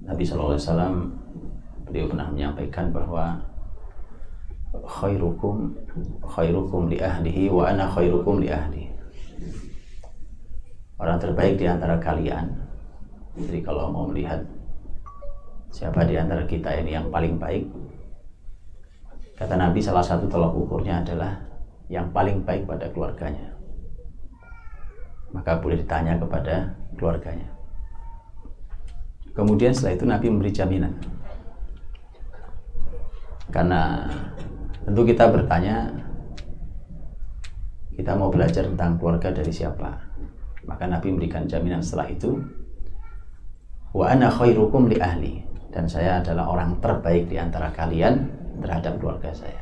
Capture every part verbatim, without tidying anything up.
Nabi Shallallahu Alaihi Wasallam beliau pernah menyampaikan bahwa khairukum khairukum li ahlihi wa ana khairukum li ahli. Orang terbaik di antara kalian. Jadi kalau mau melihat siapa di antara kita ini yang paling baik, kata Nabi, salah satu tolak ukurnya adalah yang paling baik pada keluarganya. Maka boleh ditanya kepada keluarganya. Kemudian setelah itu Nabi memberi jaminan. Karena tentu kita bertanya, kita mau belajar tentang keluarga dari siapa? Maka Nabi memberikan jaminan setelah itu, wa ana khairukum li ahli, dan saya adalah orang terbaik di antara kalian terhadap keluarga saya.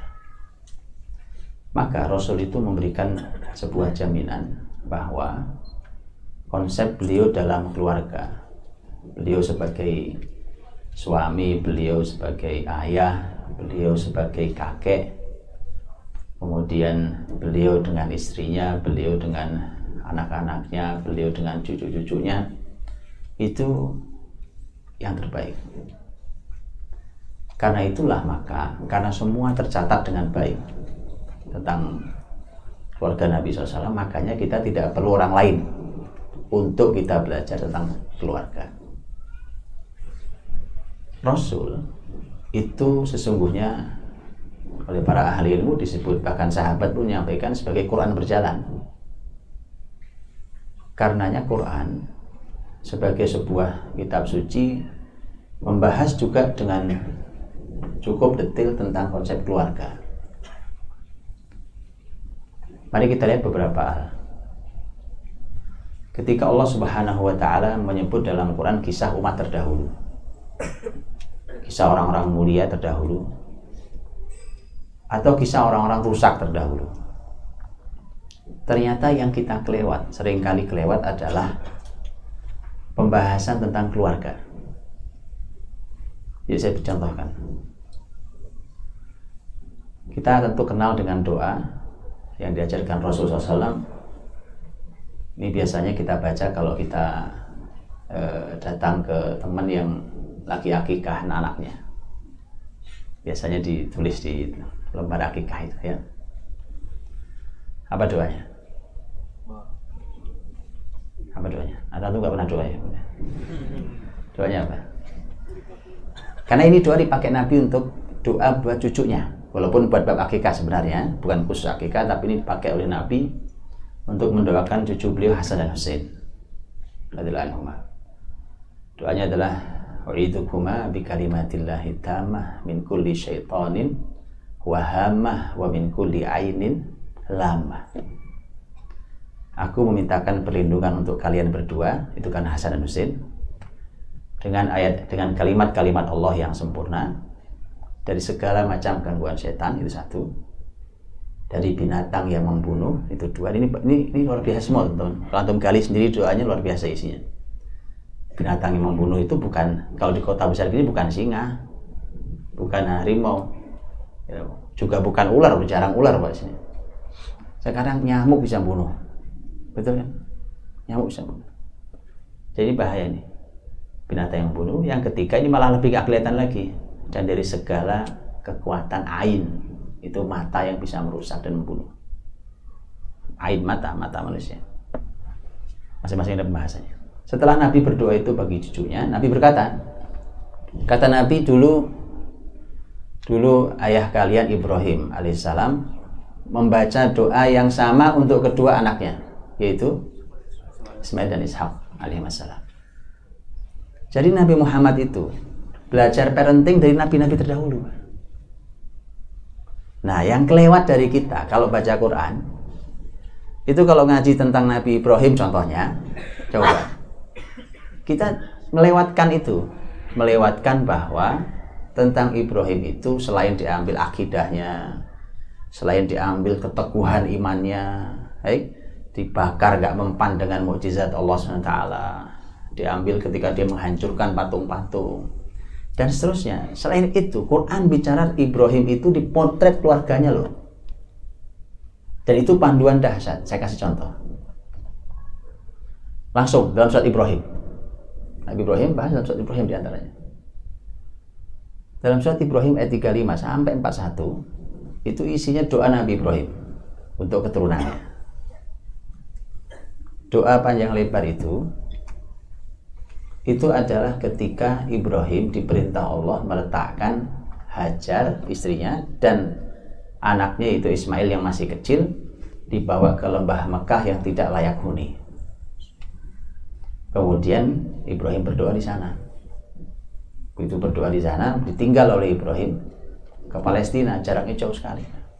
Maka Rasul itu memberikan sebuah jaminan bahwa konsep beliau dalam keluarga, beliau sebagai suami, beliau sebagai ayah, beliau sebagai kakek, kemudian beliau dengan istrinya, beliau dengan anak-anaknya, beliau dengan cucu-cucunya, itu yang terbaik. Karena itulah maka, karena semua tercatat dengan baik tentang keluarga Nabi shallallahu alaihi wasallam, makanya kita tidak perlu orang lain untuk kita belajar tentang keluarga. Rasul itu sesungguhnya oleh para ahli ilmu disebut, bahkan sahabat pun menyampaikan, sebagai Quran berjalan. Karenanya Quran sebagai sebuah kitab suci membahas juga dengan cukup detail tentang konsep keluarga. Mari kita lihat beberapa hal. Ketika Allah Subhanahu wa Ta'ala menyebut dalam Quran kisah umat terdahulu, kisah orang-orang mulia terdahulu, atau kisah orang-orang rusak terdahulu, ternyata yang kita kelewat, seringkali kelewat, adalah pembahasan tentang keluarga. Jadi saya contohkan, kita tentu kenal dengan doa yang diajarkan Rasulullah shallallahu alaihi wasallam. Ini biasanya kita baca kalau kita eh, datang ke teman yang lagi akikah anaknya. Biasanya ditulis di lembar akikah itu, ya. Apa doanya? Apa doanya? Atau nggak pernah doa ya? Doanya apa? Karena ini doa dipakai Nabi untuk doa buat cucunya, walaupun buat bab akikah sebenarnya, bukan khusus akikah, tapi ini dipakai oleh Nabi untuk mendoakan cucu beliau Hasan dan Husain radhiyallahu anhuma. Doanya adalah wa'idukuma bi kalimatillahi tammah min kulli syaitanin wa hamah wa min kulli ainin lamah. Aku memintakan perlindungan untuk kalian berdua, itu kan Hasan dan Husain, dengan ayat, dengan kalimat-kalimat Allah yang sempurna, dari segala macam gangguan setan, itu satu, dari binatang yang membunuh, itu dua. Ini ini, ini luar biasa semua, teman-teman. Kalau antum gali sendiri doanya luar biasa isinya. Binatang yang membunuh itu bukan, kalau di kota besar gini, bukan singa, bukan harimau, ya, juga bukan ular, jarang ular Pak sini. Sekarang nyamuk bisa bunuh, betul kan? Nyamuk bisa bunuh. Jadi bahaya nih binatang yang bunuh. Yang ketiga ini malah lebih gak kelihatan lagi, dan dari segala kekuatan ain, itu mata yang bisa merusak dan membunuh. Ain, mata, mata manusia. Masing-masing ada pembahasannya. Setelah Nabi berdoa itu bagi cucunya, Nabi berkata, kata Nabi, dulu dulu ayah kalian Ibrahim alaihissalam membaca doa yang sama untuk kedua anaknya, yaitu Ismail dan Ishak alaihissalam. Jadi Nabi Muhammad itu belajar parenting dari nabi-nabi terdahulu. Nah, yang kelewat dari kita kalau baca Quran itu, kalau ngaji tentang Nabi Ibrahim contohnya, coba kita melewatkan itu, melewatkan bahwa tentang Ibrahim itu selain diambil akidahnya, selain diambil keteguhan imannya, baik, dibakar gak mempan dengan mukjizat Allah subhanahu wa taala, diambil ketika dia menghancurkan patung-patung, dan seterusnya. Selain itu, Quran bicara Ibrahim itu dipotret keluarganya loh. Dan itu panduan dahsyat. Saya kasih contoh. Langsung dalam surat Ibrahim. Nabi Ibrahim bahas dalam surat Ibrahim diantaranya. Dalam surat Ibrahim ayat tiga puluh lima sampai empat puluh satu itu isinya doa Nabi Ibrahim untuk keturunannya. Doa panjang lebar itu itu adalah ketika Ibrahim diperintah Allah meletakkan Hajar istrinya dan anaknya itu Ismail yang masih kecil dibawa ke lembah Mekah yang tidak layak huni. Kemudian Ibrahim berdoa di sana. Begitu berdoa di sana, ditinggal oleh Ibrahim ke Palestina, jaraknya jauh sekali.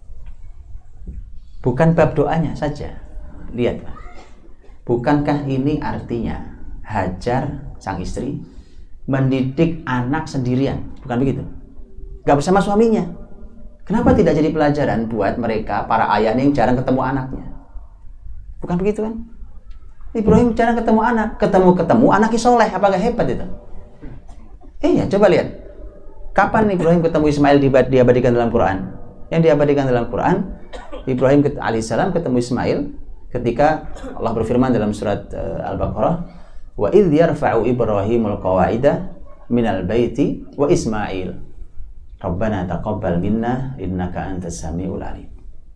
Bukan bab doanya saja. Lihat, bukankah ini artinya Hajar sang istri mendidik anak sendirian? Bukan begitu? Gak bersama suaminya. Kenapa tidak jadi pelajaran buat mereka, para ayah yang jarang ketemu anaknya? Bukan begitu kan? Ibrahim jarang ketemu anak, ketemu-ketemu anaknya soleh, apakah hebat itu? Iya, coba lihat. Kapan Ibrahim ketemu Ismail diabadikan dalam Quran? Yang diabadikan dalam Quran, Ibrahim alaihissalam ketemu Ismail ketika Allah berfirman dalam surat uh, Al-Baqarah, wa idh yarfa'u Ibrahimul qawa'ida minal baiti wa Ismail Rabbana taqabbal minna innaka antas samiul alim.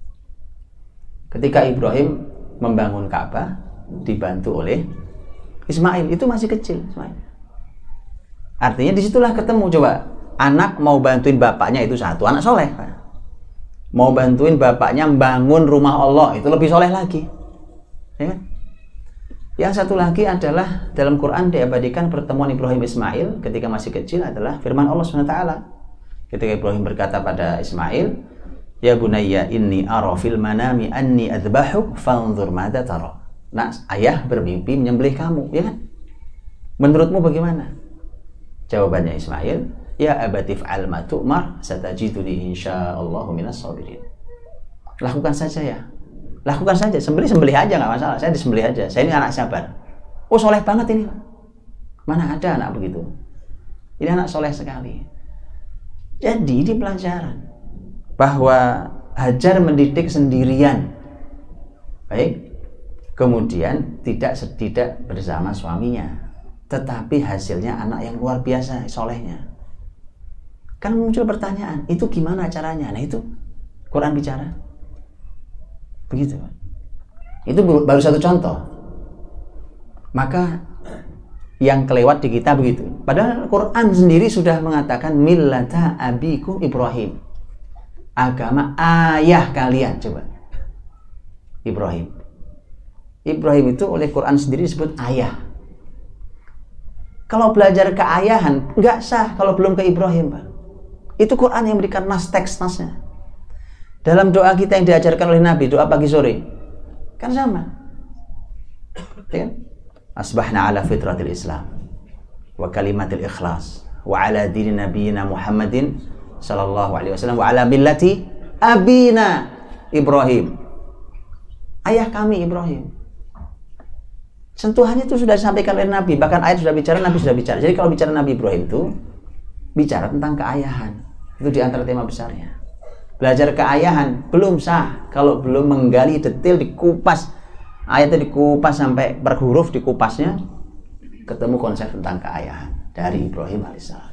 Ketika Ibrahim membangun Ka'bah dibantu oleh Ismail, itu masih kecil Ismail. Artinya disitulah ketemu, coba, anak mau bantuin bapaknya itu satu, anak soleh. Mau bantuin bapaknya membangun rumah Allah, itu lebih soleh lagi. Ya kan? Yang satu lagi adalah dalam Quran diabadikan pertemuan Ibrahim Ismail ketika masih kecil adalah firman Allah subhanahu wa taala. Ketika Ibrahim berkata pada Ismail, ya bunayya inni ara fil manami anni adbahuk fanzur madza tara. Nah, ayah bermimpi menyembelih kamu, ya kan? Menurutmu bagaimana? Jawabannya Ismail, ya abatif al ma tu'mar satajiduni insyaallahu minas sabirin. Lakukan saja ya. Lakukan saja, sembelih-sembelih aja, nggak masalah. Saya disembelih aja. Saya ini anak sabar. Oh, soleh banget ini. Mana ada anak begitu? Ini anak soleh sekali. Jadi di pelajaran bahwa Hajar mendidik sendirian. Baik. Kemudian tidak tidak bersama suaminya. Tetapi hasilnya anak yang luar biasa solehnya. Kan muncul pertanyaan, itu gimana caranya? Nah itu Quran bicara begitu. Itu baru satu contoh. Maka yang kelewat di kita begitu. Padahal Quran sendiri sudah mengatakan millata abikum Ibrahim, agama ayah kalian. Coba Ibrahim Ibrahim itu oleh Quran sendiri disebut ayah. Kalau belajar keayahan, nggak sah kalau belum ke Ibrahim, Pak. Itu Quran yang memberikan nas, teks nasnya. Dalam doa kita yang diajarkan oleh Nabi, doa pagi sore, kan sama. Ya kan? Asbahna ala fitratil Islam wa kalimatil ikhlas wa ala dini nabiyina Muhammadin sallallahu alaihi wasallam wa ala millati abina Ibrahim. Ayah kami Ibrahim. Sentuhannya itu sudah disampaikan oleh Nabi, bahkan ayat sudah bicara, Nabi sudah bicara. Jadi kalau bicara Nabi Ibrahim itu bicara tentang keayahan. Itu di antara tema besarnya. Belajar keayahan belum sah kalau belum menggali detail, dikupas ayatnya, dikupas sampai per huruf, dikupasnya ketemu konsep tentang keayahan dari Ibrahim alaihissalam.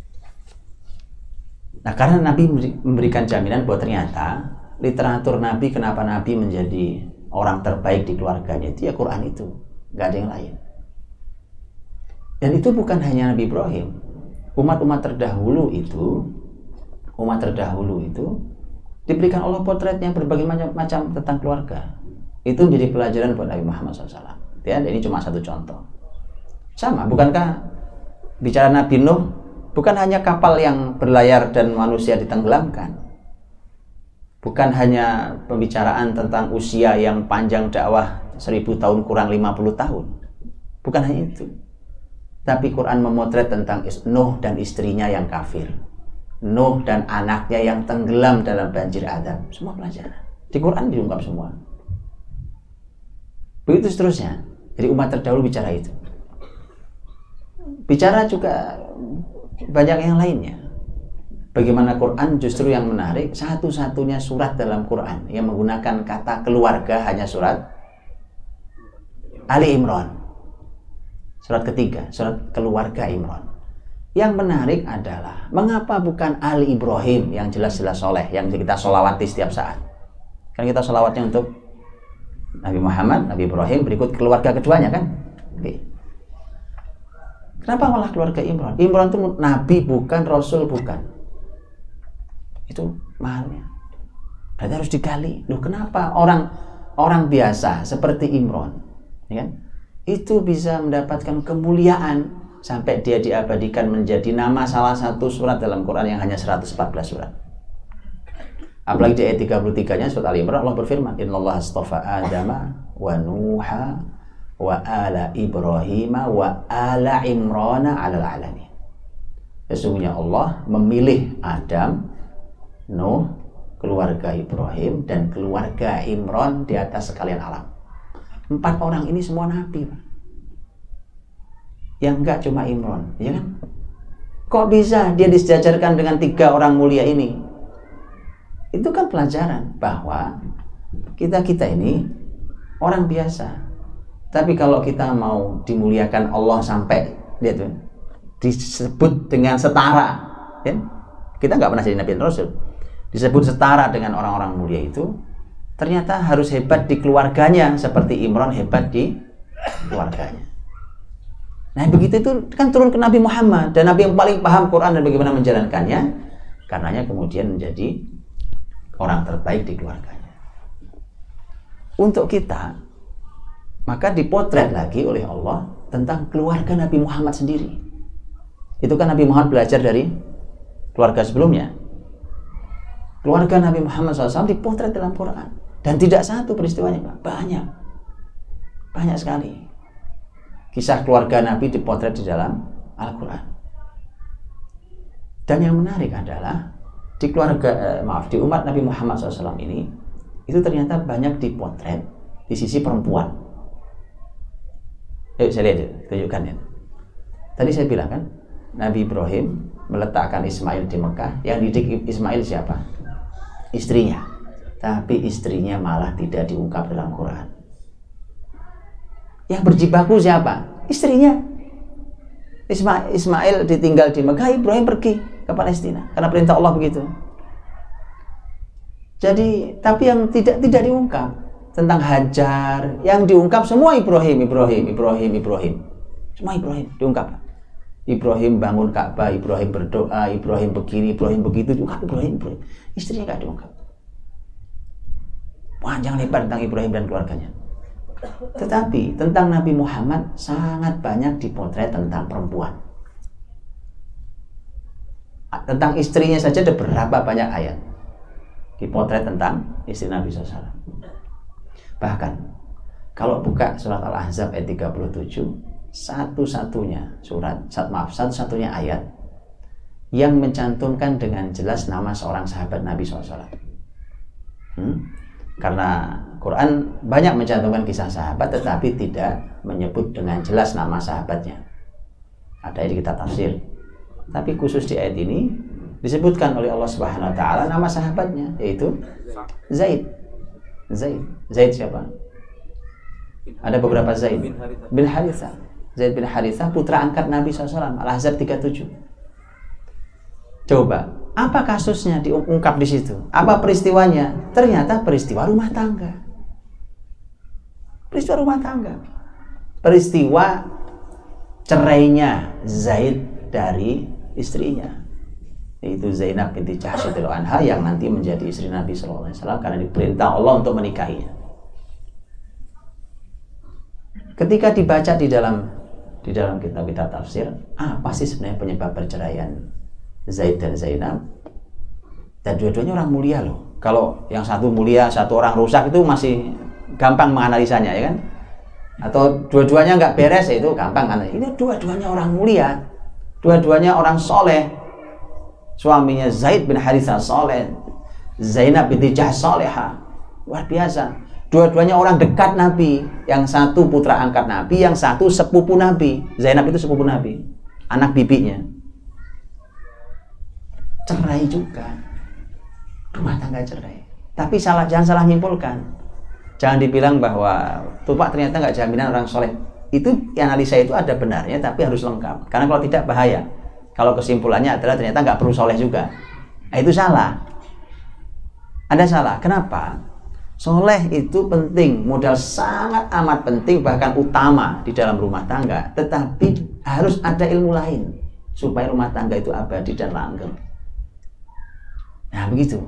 Nah, karena Nabi memberikan jaminan bahwa ternyata literatur Nabi, kenapa Nabi menjadi orang terbaik di keluarganya, itu ya Quran itu. Gak ada yang lain. Dan itu bukan hanya Nabi Ibrahim. Umat-umat terdahulu itu, umat terdahulu itu diberikan Allah potretnya berbagai macam tentang keluarga. Itu menjadi pelajaran buat Nabi Muhammad shallallahu alaihi wasallam. Ya, ini cuma satu contoh. Sama, bukankah bicara Nabi Nuh bukan hanya kapal yang berlayar dan manusia ditenggelamkan? Bukan hanya pembicaraan tentang usia yang panjang dakwah seribu tahun kurang lima puluh tahun. Bukan hanya itu. Tapi Quran memotret tentang Nuh dan istrinya yang kafir, Nuh dan anaknya yang tenggelam dalam banjir adab. Semua pelajaran di Quran diungkap semua. Begitu seterusnya. Jadi umat terdahulu bicara itu. Bicara juga banyak yang lainnya. Bagaimana Quran justru yang menarik, satu-satunya surat dalam Quran yang menggunakan kata keluarga hanya surat Ali Imran. Surat ketiga, surat keluarga Imran. Yang menarik adalah mengapa bukan Ali Ibrahim yang jelas-jelas soleh, yang kita sholawati setiap saat. Kan kita sholawatnya untuk Nabi Muhammad, Nabi Ibrahim, berikut keluarga keduanya kan. Oke. Kenapa malah keluarga Imran? Imran itu Nabi bukan, Rasul bukan. Itu mahalnya. Berarti harus digali. Loh, kenapa orang orang biasa seperti Imran, ya kan, itu bisa mendapatkan kemuliaan sampai dia diabadikan menjadi nama salah satu surat dalam Quran yang hanya seratus empat belas surat. Apalagi di ayat tiga puluh tiga-nya surat Al-Imran, Allah berfirman, "Innallaha astafa Adama wa Nuha wa ala Ibrahim wa ala Imran 'alal 'alamin." Sesungguhnya Allah memilih Adam, Nuh, keluarga Ibrahim, dan keluarga Imran di atas sekalian alam. Empat orang ini semua nabi, Pak. Yang enggak cuma Imran, ya kan? Kok bisa dia disejajarkan dengan tiga orang mulia ini? Itu kan pelajaran bahwa kita-kita ini orang biasa. Tapi kalau kita mau dimuliakan Allah sampai dia tuh disebut dengan setara, ya? Kita nggak pernah jadi Nabi dan Rasul. Disebut setara dengan orang-orang mulia itu, ternyata harus hebat di keluarganya seperti Imran hebat di keluarganya. Nah, begitu itu kan turun ke Nabi Muhammad, dan Nabi yang paling paham Quran dan bagaimana menjalankannya, karenanya kemudian menjadi orang terbaik di keluarganya. Untuk kita, maka dipotret lagi oleh Allah tentang keluarga Nabi Muhammad sendiri. Itu kan Nabi Muhammad belajar dari keluarga sebelumnya. Keluarga Nabi Muhammad shallallahu alaihi wasallam dipotret dalam Quran, dan tidak satu peristiwanya, Pak. Banyak, banyak sekali kisah keluarga Nabi dipotret di dalam Al-Quran. Dan yang menarik adalah di keluarga, eh, maaf, di umat Nabi Muhammad shallallahu alaihi wasallam ini, itu ternyata banyak dipotret di sisi perempuan. Yuk saya lihat, tunjukkan ya. Tadi saya bilang kan, Nabi Ibrahim meletakkan Ismail di Mekah. Yang didik Ismail siapa? Istrinya. Tapi istrinya malah tidak diungkap dalam Quran. Yang berjibaku siapa? Istrinya. Isma Ismail ditinggal di Mekah, Ibrahim pergi ke Palestina karena perintah Allah begitu. Jadi, tapi yang tidak tidak diungkap tentang Hajar, yang diungkap semua Ibrahim, Ibrahim, Ibrahim, Ibrahim. Semua Ibrahim diungkap. Ibrahim bangun Ka'bah, Ibrahim berdoa, Ibrahim begini, Ibrahim begitu, diungkap Ibrahim, Ibrahim. Istrinya nggak diungkap. Panjang lebar tentang Ibrahim dan keluarganya. Tetapi tentang Nabi Muhammad sangat banyak dipotret tentang perempuan. Tentang istrinya saja ada berapa banyak ayat dipotret tentang istri Nabi shallallahu alaihi wasallam. Bahkan kalau buka surat Al-Ahzab ayat tiga puluh tujuh, satu-satunya surat, maaf, satu-satunya ayat yang mencantumkan dengan jelas nama seorang sahabat Nabi shallallahu alaihi wasallam. Hmm? Karena Quran banyak mencantumkan kisah sahabat, tetapi tidak menyebut dengan jelas nama sahabatnya. Ada di kitab tafsir, tapi khusus di ayat ini disebutkan oleh Allah Subhanahu Wa Taala nama sahabatnya, yaitu Zaid. Zaid, Zaid siapa? Ada beberapa Zaid bin Harithah. Zaid bin Harithah putra angkat Nabi shallallahu alaihi wasallam. Al-Ahzab tiga puluh tujuh. Coba, apa kasusnya diungkap di situ? Apa peristiwanya? Ternyata peristiwa rumah tangga. Peristiwa rumah tangga. Peristiwa cerainya Zaid dari istrinya, yaitu Zainab binti Jahsy radhiyallahu anha, yang nanti menjadi istri Nabi shallallahu alaihi wasallam karena diperintah Allah untuk menikahinya. Ketika dibaca di dalam di dalam kitab-kitab tafsir, apa sih sebenarnya penyebab perceraian Zaid dan Zainab? Dan dua-duanya orang mulia loh. Kalau yang satu mulia, satu orang rusak, itu masih gampang menganalisanya, ya kan? Atau dua-duanya nggak beres, ya itu gampang kan? Ini dua-duanya orang mulia, dua-duanya orang soleh. Suaminya Zaid bin Harithah soleh, Zainab binti Jahsy solehah, luar biasa. Dua-duanya orang dekat Nabi. Yang satu putra angkat Nabi, yang satu sepupu Nabi. Zainab itu sepupu Nabi, anak bibinya. Cerai juga, rumah tangga cerai. Tapi salah, jangan salah nyimpulkan. Jangan dibilang bahwa tuh Pak ternyata nggak jaminan orang soleh. Itu analisa itu ada benarnya, tapi harus lengkap. Karena kalau tidak bahaya. Kalau kesimpulannya adalah ternyata nggak perlu soleh juga. Nah, itu salah. Ada salah. Kenapa? Soleh itu penting, modal sangat amat penting, bahkan utama di dalam rumah tangga. Tetapi harus ada ilmu lain supaya rumah tangga itu abadi dan langgeng. Nah, begitu.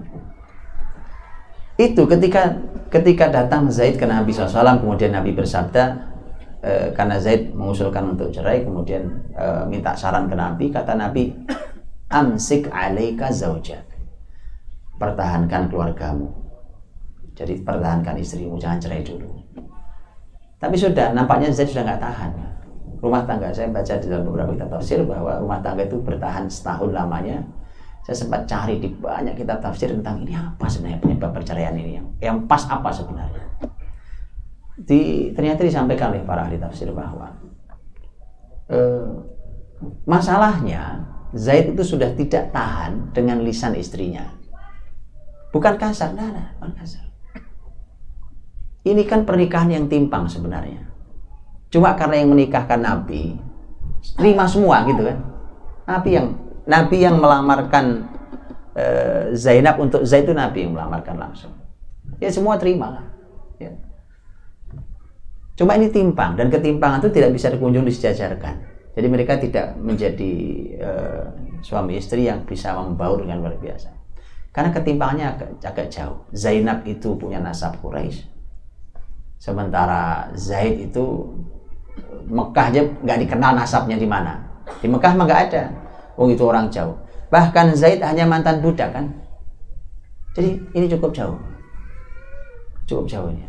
Itu ketika ketika datang Zaid ke Nabi shallallahu alaihi wasallam, kemudian Nabi bersabda, e, karena Zaid mengusulkan untuk cerai, kemudian e, minta saran ke Nabi, kata Nabi, amsik alaika zaujak, pertahankan keluargamu, jadi pertahankan istrimu, jangan cerai dulu. Tapi sudah, nampaknya Zaid sudah nggak tahan rumah tangga. Saya baca di dalam beberapa kitab tafsir bahwa rumah tangga itu bertahan setahun lamanya. Saya sempat cari di banyak kitab tafsir tentang ini apa sebenarnya penyebab perceraian ini, yang, yang pas apa sebenarnya. Di, ternyata disampaikan oleh para ahli tafsir bahwa eh, masalahnya Zaid itu sudah tidak tahan dengan lisan istrinya. Bukan kasar, nah, nah, bukan kasar. Ini kan pernikahan yang timpang sebenarnya. Cuma karena yang menikahkan Nabi terima semua gitu kan. Nabi yang Nabi yang melamarkan uh, Zainab untuk Zaid itu Nabi yang melamarkan langsung. Ya semua terimalah. Ya. Cuma ini timpang, dan ketimpangan itu tidak bisa dikunjung disejajarkan. Jadi mereka tidak menjadi uh, suami istri yang bisa membaur dengan luar biasa. Karena ketimpangannya agak, agak jauh. Zainab itu punya nasab Quraisy, sementara Zaid itu Mekah aja nggak dikenal nasabnya di mana. Di Mekah mah nggak ada. Oh, itu orang jauh. Bahkan Zaid hanya mantan budak kan. Jadi ini cukup jauh. Cukup jauh ini.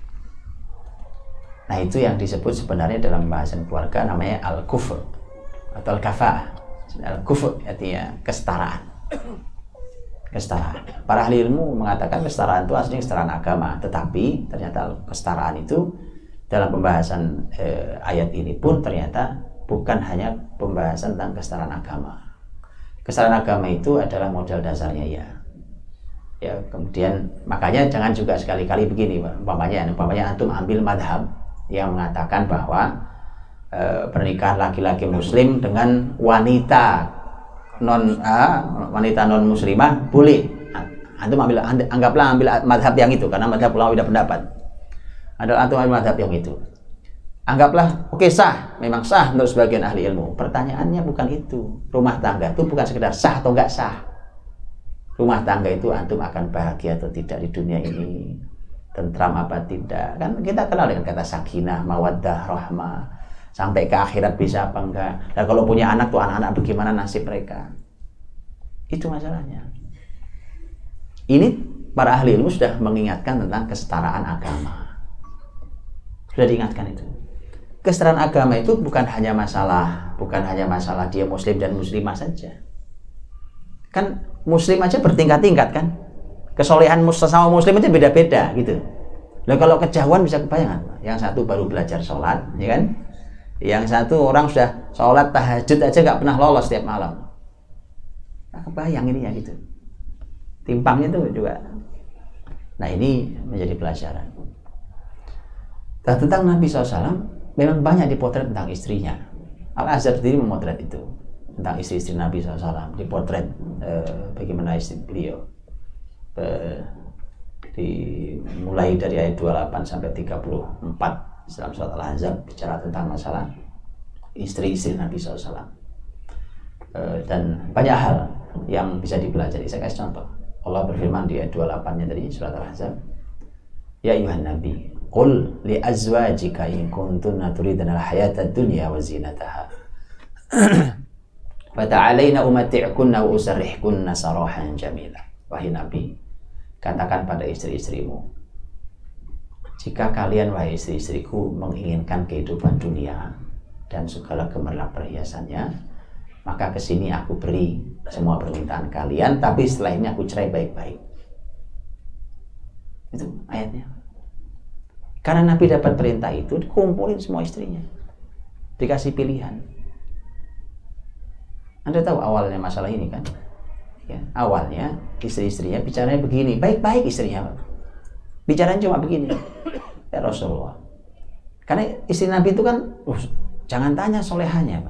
Nah, itu yang disebut sebenarnya dalam bahasan keluarga namanya al-kufr atau al-kafa'ah. Al-kufr artinya kesetaraan. Kesetaraan. Para ahli ilmu mengatakan kesetaraan itu aslinya kesetaraan agama, tetapi ternyata kesetaraan itu dalam pembahasan eh, ayat ini pun ternyata bukan hanya pembahasan tentang kesetaraan agama. Kesetaraan agama itu adalah modal dasarnya ya. Ya, kemudian makanya jangan juga sekali-kali begini, umpamanya, umpamanya antum ambil madhab yang mengatakan bahwa e, pernikahan laki-laki muslim dengan wanita non ah, wanita non muslimah boleh. Antum ambil, anggaplah ambil madhab yang itu, karena madhab ulama beda pendapat. Adalah antum ambil madhab yang itu. Anggaplah oke okay, sah, memang sah menurut sebagian ahli ilmu. Pertanyaannya bukan itu. Rumah tangga itu bukan sekedar sah atau enggak sah. Rumah tangga itu antum akan bahagia atau tidak di dunia ini, tentram apa tidak. Kan kita kenal dengan kata sakinah, mawaddah, rahmah. Sampai ke akhirat bisa apa enggak. Dan kalau punya anak tuh anak-anak bagaimana nasib mereka. Itu masalahnya. Ini para ahli ilmu sudah mengingatkan tentang kesetaraan agama. Sudah diingatkan itu. Kesetaraan agama itu bukan hanya masalah bukan hanya masalah dia muslim dan muslimah saja. Kan muslim aja bertingkat-tingkat kan. Kesolehan sesama muslim aja beda-beda gitu. Nah, kalau kejauhan bisa kebayangan. Yang satu baru belajar sholat, ya kan? Yang satu orang sudah sholat tahajud aja nggak pernah lolos setiap malam. Nah, kebayang ini ya gitu. Timpangnya itu juga. Nah, ini menjadi pelajaran. Nah, tentang Nabi shallallahu alaihi wasallam memang banyak dipotret tentang istrinya. Al-Azhar sendiri memotret itu tentang istri-istri Nabi shallallahu alaihi wasallam, dipotret eh, bagaimana istri beliau eh, dimulai dari ayat dua puluh delapan sampai tiga puluh empat dalam surat Al-Ahzab bicara tentang masalah istri-istri Nabi shallallahu alaihi wasallam eh, dan banyak hal yang bisa dipelajari. Saya kasih contoh. Allah berfirman di ayat dua puluh delapan-nya tadi surat Al-Ahzab, ya ayuhan nabi qul li azwajika in kuntunna turidna al-hayata ad-dunya wa zinataha fa ta'alaina umatti'kunna wa usarrihkunna sarahan jamila. Wahai Nabi, katakan pada istri-istrimu, jika kalian wahai istri-istriku menginginkan kehidupan dunia dan segala gemerlap perhiasannya, maka kesini aku beri semua permintaan kalian, tapi setelah ini aku cerai baik-baik. Itu ayatnya. Karena Nabi dapat perintah itu, dikumpulin semua istrinya, dikasih pilihan. Anda tahu awalnya masalah ini kan? Ya, awalnya istri-istrinya bicaranya begini, baik-baik istrinya, bicaranya cuma begini, ya Rasulullah. Karena istri Nabi itu kan, uh, jangan tanya solehannya, Pak.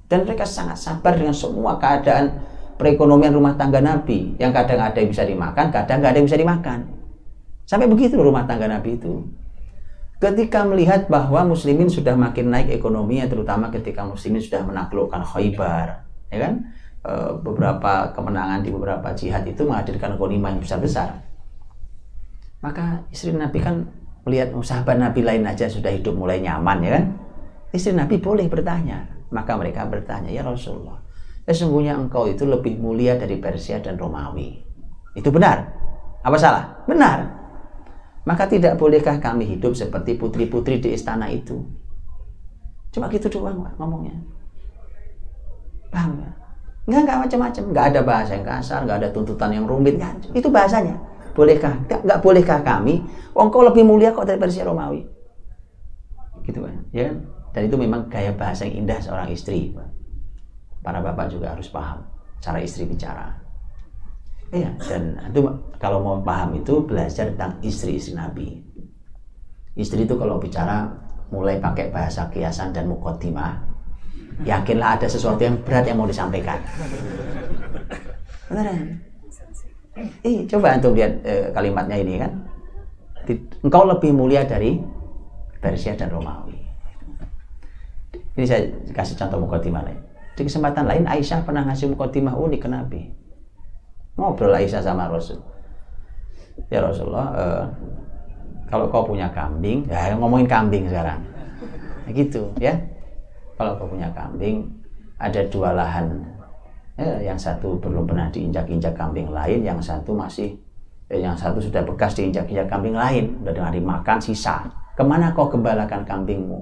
Dan mereka sangat sabar dengan semua keadaan perekonomian rumah tangga Nabi. Yang kadang ada yang bisa dimakan, kadang nggak ada yang bisa dimakan. Sampai begitu rumah tangga Nabi itu. Ketika melihat bahwa muslimin sudah makin naik ekonominya, terutama ketika muslimin sudah menaklukkan Khaybar, ya kan? E, beberapa kemenangan di beberapa jihad itu menghadirkan ghanimah yang besar-besar. Maka istri Nabi kan melihat oh, sahabat Nabi lain aja sudah hidup mulai nyaman, ya kan? Istri Nabi boleh bertanya. Maka mereka bertanya, ya Rasulullah, sesungguhnya engkau itu lebih mulia dari Persia dan Romawi. Itu benar? Apa salah? Benar. Maka tidak bolehkah kami hidup seperti putri-putri di istana itu? Cuma gitu doang Pak, ngomongnya. Paham ya? Enggak, enggak macam-macam. Enggak ada bahasa yang kasar, enggak ada tuntutan yang rumit. Enggak. Itu bahasanya. Bolehkah? Enggak, enggak bolehkah kami? Oh, engkau lebih mulia kok dari Persia Romawi. Gitu Pak. Ya kan? Dan itu memang gaya bahasa yang indah seorang istri Pak. Para bapak juga harus paham cara istri bicara. Iya, dan itu kalau mau paham itu belajar tentang istri-istri Nabi. Istri itu kalau bicara mulai pakai bahasa kiasan dan muqaddimah, yakinlah ada sesuatu yang berat yang mau disampaikan. Beneran? Eh, coba antum lihat eh, kalimatnya ini kan. Engkau lebih mulia dari Persia dan Romawi. Ini saya kasih contoh muqaddimah lain. Di kesempatan lain Aisyah pernah ngasih muqaddimah unik ke Nabi. Ngobrol Aisyah sama Rasul. Ya Rasulullah, uh, kalau kau punya kambing, ya ngomongin kambing sekarang. Nah, gitu ya. Kalau kau punya kambing, ada dua lahan. Ya, yang satu belum pernah diinjak-injak kambing lain, yang satu masih, eh, yang satu sudah bekas diinjak-injak kambing lain, udah dengan dimakan sisa. Kemana kau gembalakan kambingmu?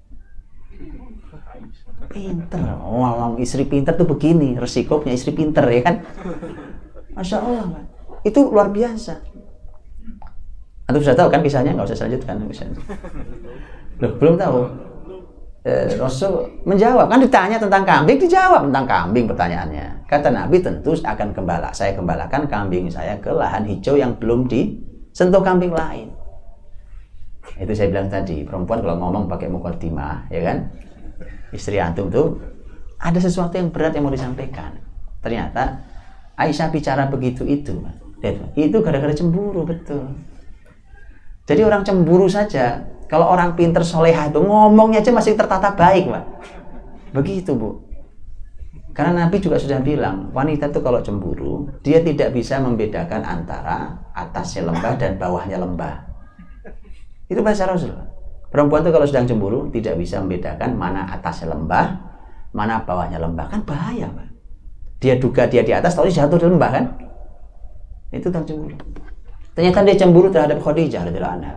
Pinter. Oh, istri pinter tuh begini, resiko punya istri pinter ya kan? Masya Allah, Pak. Itu luar biasa. Antum sudah tahu kan kisahnya? Nggak usah lanjutkan kisahnya. Loh, belum tahu. Eh, Rasul menjawab, kan ditanya tentang kambing, dijawab tentang kambing pertanyaannya. Kata Nabi, tentu akan gembala. Saya gembalakan kambing saya ke lahan hijau yang belum disentuh kambing lain. Itu saya bilang tadi, perempuan kalau ngomong pakai muqaddimah, ya kan? Istri antum tuh ada sesuatu yang berat yang mau disampaikan. Ternyata Aisyah bicara begitu itu, itu gara-gara cemburu, betul. Jadi orang cemburu saja, kalau orang pinter solehah itu ngomongnya aja masih tertata baik, Pak. Begitu, Bu. Karena Nabi juga sudah bilang, wanita itu kalau cemburu, dia tidak bisa membedakan antara atasnya lembah dan bawahnya lembah. Itu bahasa Rasul. Perempuan itu kalau sedang cemburu, tidak bisa membedakan mana atasnya lembah, mana bawahnya lembah. Kan bahaya, Pak. Dia duga dia di atas, tapi jatuh di lembah kan? Itu tentang cemburu. Ternyata dia cemburu terhadap Khadijah radhiyallahu anha.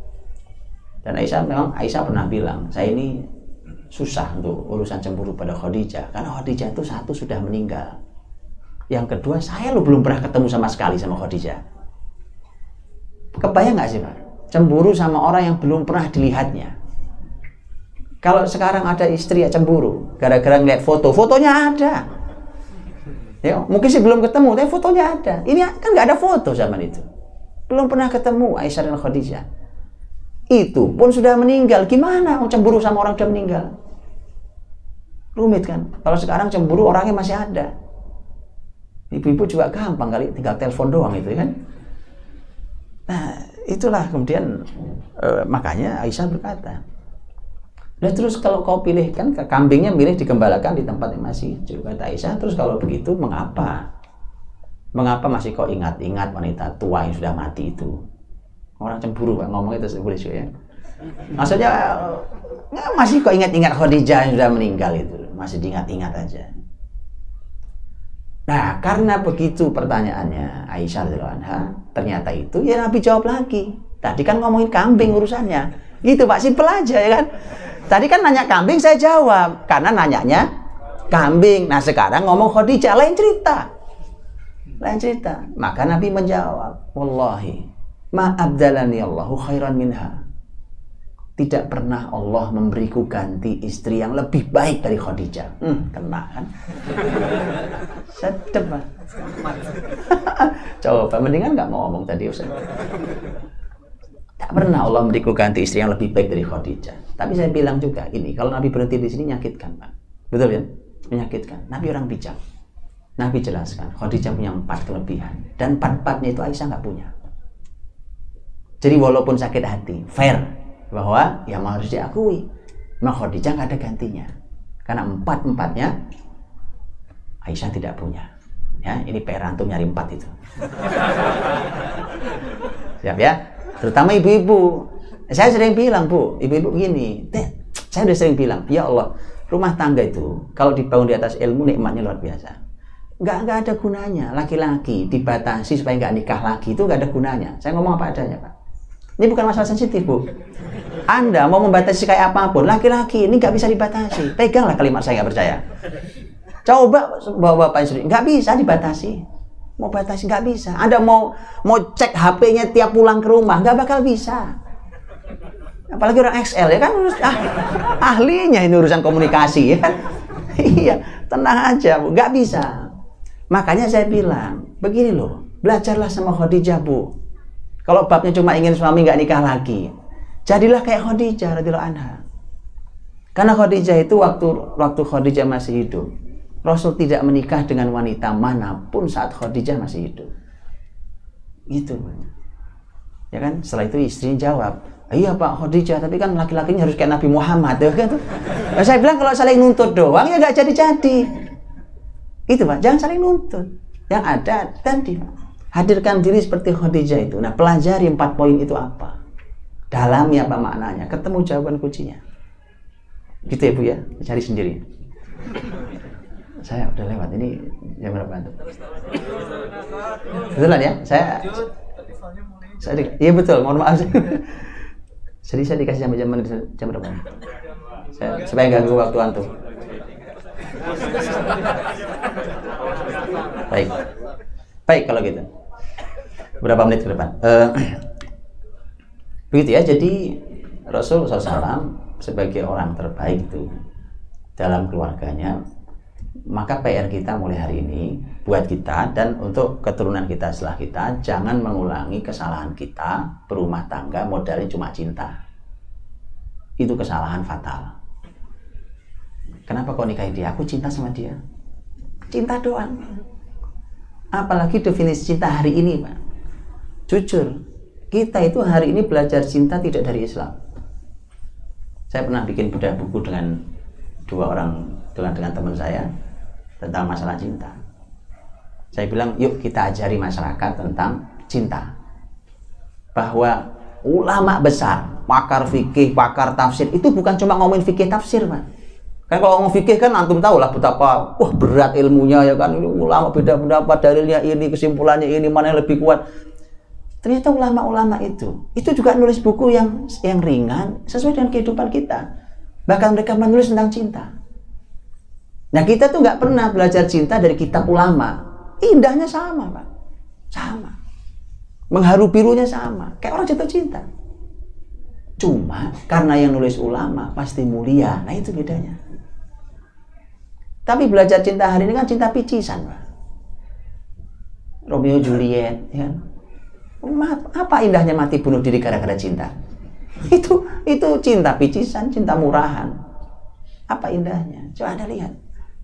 Dan Aisyah memang Aisyah pernah bilang, saya ini susah untuk urusan cemburu pada Khadijah, karena Khadijah itu satu sudah meninggal. Yang kedua, saya lo belum pernah ketemu sama sekali sama Khadijah. Kebayang nggak sih Pak? Cemburu sama orang yang belum pernah dilihatnya. Kalau sekarang ada istri ya cemburu, gara-gara ngeliat foto, fotonya ada. Ya, mungkin sih belum ketemu, tapi fotonya ada. Ini kan nggak ada foto zaman itu. Belum pernah ketemu Aisyah dan Khadijah. Itu pun sudah meninggal. Gimana mau cemburu sama orang sudah meninggal? Rumit kan? Kalau sekarang cemburu orangnya masih ada. Ibu-ibu juga gampang kali, tinggal telepon doang itu kan. Nah, itulah kemudian eh, makanya Aisyah berkata, dan terus kalau kau pilih kan kambingnya milih digembalakan di tempat yang masih hijau, kata Aisyah. Terus kalau begitu mengapa? Mengapa masih kau ingat-ingat wanita tua yang sudah mati itu? Orang cemburu Pak ngomongnya itu boleh ya. Maksudnya masih kau ingat-ingat Khadijah yang sudah meninggal itu, masih diingat-ingat aja. Nah, karena begitu pertanyaannya Aisyah radhiyallahu anha, ternyata itu ya Nabi jawab lagi. Tadi kan ngomongin kambing urusannya. Gitu Pak, simpel aja ya kan. Tadi kan nanya kambing, saya jawab. Karena nanyanya kambing. Nah sekarang ngomong Khadijah, lain cerita. Lain cerita. Maka Nabi menjawab, wallahi, ma abdalani Allahu khairan minha. Tidak pernah Allah memberiku ganti istri yang lebih baik dari Khadijah. Hmm, kena kan? Sedep Pak. Coba, mendingan nggak mau ngomong tadi Ustaz. Tak pernah Allah memberiku ganti istri yang lebih baik dari Khadijah. Tapi saya bilang juga ini, kalau Nabi berhenti di sini nyakitkan Pak. Betul ya? menyakitkan. Nabi orang bijak. Nabi jelaskan, Khadijah punya empat kelebihan dan empat-empatnya itu Aisyah nggak punya. Jadi walaupun sakit hati, fair bahwa yang harus diakui, memang Khadijah nggak ada gantinya. Karena empat-empatnya Aisyah tidak punya. Ya, ini P R antum nyari empat itu. Siap ya? Terutama ibu-ibu. Saya sering bilang, Bu, ibu-ibu begini, saya udah sering bilang, ya Allah, rumah tangga itu kalau dibangun di atas ilmu nikmatnya luar biasa. Nggak, nggak ada gunanya laki-laki dibatasi supaya nggak nikah lagi, itu nggak ada gunanya. Saya ngomong apa adanya, Pak. Ini bukan masalah sensitif, Bu. Anda mau membatasi kayak apapun, laki-laki ini nggak bisa dibatasi. Peganglah kalimat saya, nggak percaya. Coba bapak-bapak istri, nggak bisa dibatasi. Mau batasi nggak bisa. Anda mau mau cek H P-nya tiap pulang ke rumah, nggak bakal bisa. Apalagi orang X L ya kan, ah, ahlinya ini urusan komunikasi ya kan. Iya, tenang aja, Bu, nggak bisa. Makanya saya bilang, begini loh, belajarlah sama Khadijah, Bu. Kalau babnya cuma ingin suami nggak nikah lagi, jadilah kayak Khadijah radhiyallahu anha. Karena Khadijah itu waktu waktu Khadijah masih hidup, Rasul tidak menikah dengan wanita manapun saat Khadijah masih hidup. Gitu. Ya kan? Setelah itu istrinya jawab, iya Pak Khadijah, tapi kan laki-lakinya harus kayak Nabi Muhammad. Ya kan? Nah, saya bilang kalau saling nuntut doang ya nggak jadi-jadi. Itu Pak, jangan saling nuntut. Yang ada tadi Pak, hadirkan diri seperti Khadijah itu. Nah, pelajari empat poin itu apa, dalami apa maknanya, ketemu jawaban kuncinya. Gitu ya Bu ya, cari sendiri. Saya udah lewat, ini jam berapa tuh? Betulan ya, saya saya di, iya betul, mohon maaf. Jadi saya dikasih jam jam jam berapa? Saya supaya nggak ganggu waktu antum. Baik, baik kalau gitu. Berapa menit ke depan? Uh, begitu ya. Jadi Rasul shallallahu alaihi wasallam sebagai orang terbaik itu dalam keluarganya, maka P R kita mulai hari ini buat kita dan untuk keturunan kita setelah kita, jangan mengulangi kesalahan kita berumah tangga modalnya cuma cinta. Itu kesalahan fatal. Kenapa kau nikahi dia? Aku cinta sama dia. Cinta doang. Apalagi definisi cinta hari ini, Pak. Jujur, kita itu hari ini belajar cinta tidak dari Islam. Saya pernah bikin bedah buku dengan dua orang, dengan, dengan teman saya tentang masalah cinta. Saya bilang, yuk kita ajari masyarakat tentang cinta. Bahwa ulama besar, pakar fikih, pakar tafsir, itu bukan cuma ngomongin fikih tafsir, Pak. Kan kalau ngomong fikih kan antum tahu lah betapa wah berat ilmunya ya kan, ini ulama beda pendapat, dalilnya ini, kesimpulannya ini, mana yang lebih kuat. Ternyata ulama-ulama itu itu juga nulis buku yang yang ringan sesuai dengan kehidupan kita. Bahkan mereka menulis tentang cinta. Nah, kita tuh nggak pernah belajar cinta dari kitab ulama. Indahnya sama, Pak. Sama. Mengharu birunya sama, kayak orang jatuh cinta. Cuma karena yang nulis ulama pasti mulia. Nah, itu bedanya. Tapi belajar cinta hari ini kan cinta picisan, Pak. Romeo Juliet, ya kan? Apa indahnya mati bunuh diri gara-gara cinta? Itu itu cinta picisan, cinta murahan. Apa indahnya? Coba Anda lihat.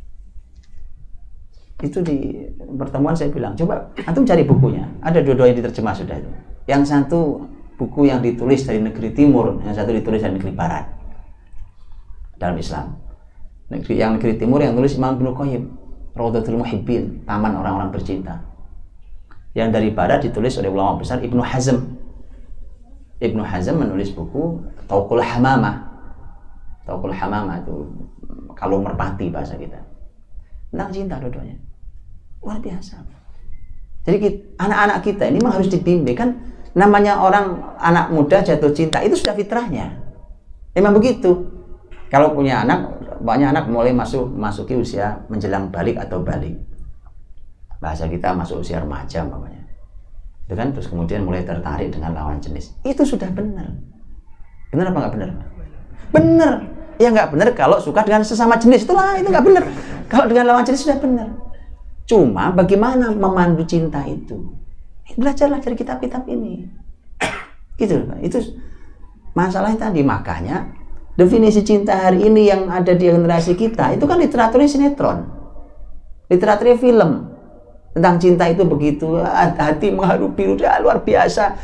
Itu di pertemuan saya bilang, coba antum cari bukunya. Ada dua-dua yang diterjemah sudah itu. Yang satu buku yang ditulis dari negeri timur, yang satu ditulis dari negeri barat dalam Islam. Negeri yang negeri timur yang tulis Imam Ibnu Qayyim, Raudhatul Muhibbin, taman orang-orang bercinta. Yang dari barat ditulis oleh ulama besar Ibnu Hazm. Ibnu Hazm menulis buku Tauqul Hamamah. Tauqul Hamamah itu kalung merpati bahasa kita. Tentang cinta dua-duanya. Luar biasa. Jadi anak-anak kita ini memang harus dibimbing kan, namanya orang anak muda jatuh cinta itu sudah fitrahnya. Memang begitu. Kalau punya anak, banyak anak mulai masuk masuki usia menjelang balik atau balik. Bahasa kita masuk usia remaja umpamanya. Itu kan terus kemudian mulai tertarik dengan lawan jenis. Itu sudah benar. Benar apa nggak benar? Benar. Ya nggak benar kalau suka dengan sesama jenis, itulah itu nggak benar. Kalau dengan lawan jenis sudah benar. Cuma bagaimana memandu cinta itu? Belajarlah dari kitab-kitab ini. Itu, itu masalahnya tadi. Makanya Definisi cinta hari ini yang ada di generasi kita itu kan literaturnya sinetron, literaturnya film tentang cinta itu begitu, hati mengharu biru, luar biasa.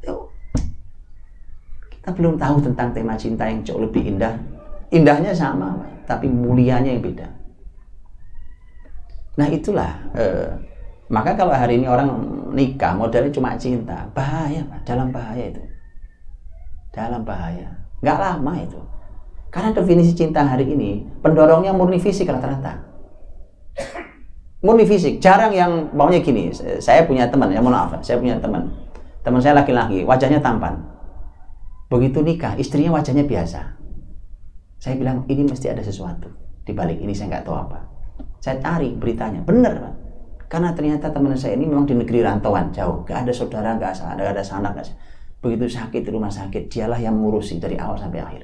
Kita belum tahu tentang tema cinta yang jauh lebih indah. Indahnya sama, tapi mulianya yang beda. Nah itulah. Eh, maka kalau hari ini orang nikah modelnya cuma cinta, bahaya, Pak. Dalam bahaya itu, dalam bahaya. Nggak lama itu. Karena definisi cinta hari ini pendorongnya murni fisik rata-rata. Murni fisik. Jarang yang maunya gini. Saya punya teman, ya mohon maaf, saya punya teman. Teman saya laki-laki, wajahnya tampan. Begitu nikah, istrinya wajahnya biasa. Saya bilang ini mesti ada sesuatu di balik ini, saya nggak tahu apa. Saya cari beritanya, bener Pak. Karena ternyata teman saya ini memang di negeri rantauan jauh, nggak ada saudara, nggak ada, nggak ada sanak. Begitu sakit di rumah sakit, dialah yang ngurusi dari awal sampai akhir.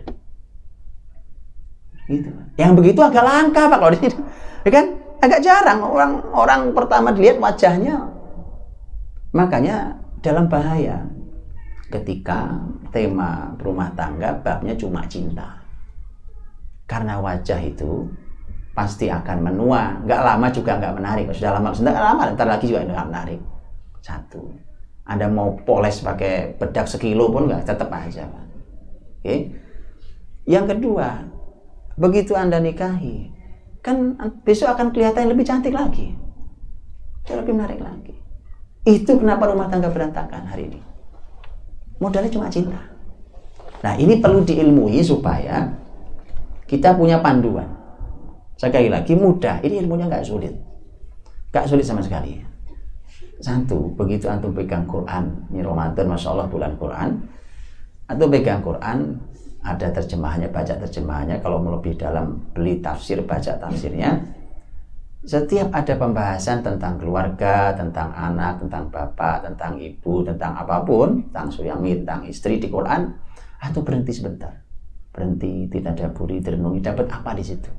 Gitu. Yang begitu agak langka Pak kalau di sini, ya kan? Agak jarang orang orang pertama dilihat wajahnya. Makanya dalam bahaya ketika tema rumah tangga babnya cuma cinta. Karena wajah itu pasti akan menua, nggak lama juga nggak menarik. Sudah lama, sudah lama, ntar lagi juga nggak menarik. Satu, Anda mau poles pakai bedak sekilo pun nggak, tetap aja Pak. Oke. Yang kedua, begitu Anda nikahi, kan besok akan kelihatan lebih cantik lagi, lebih menarik lagi. Itu kenapa rumah tangga berantakan hari ini. Modalnya cuma cinta. Nah ini perlu diilmui supaya kita punya panduan. Sekali lagi mudah, ini ilmunya nggak sulit, nggak sulit sama sekali. Satu, begitu antum pegang Quran, ini Ramadan, masya Allah bulan Quran, atau pegang Quran, ada terjemahannya, baca terjemahannya. Kalau mau lebih dalam, beli tafsir, baca tafsirnya. Setiap ada pembahasan tentang keluarga, tentang anak, tentang bapak, tentang ibu, tentang apapun, tentang suami, tentang istri di Quran, atau berhenti sebentar, berhenti, ditadaburi, direnungi, dapat apa di situ?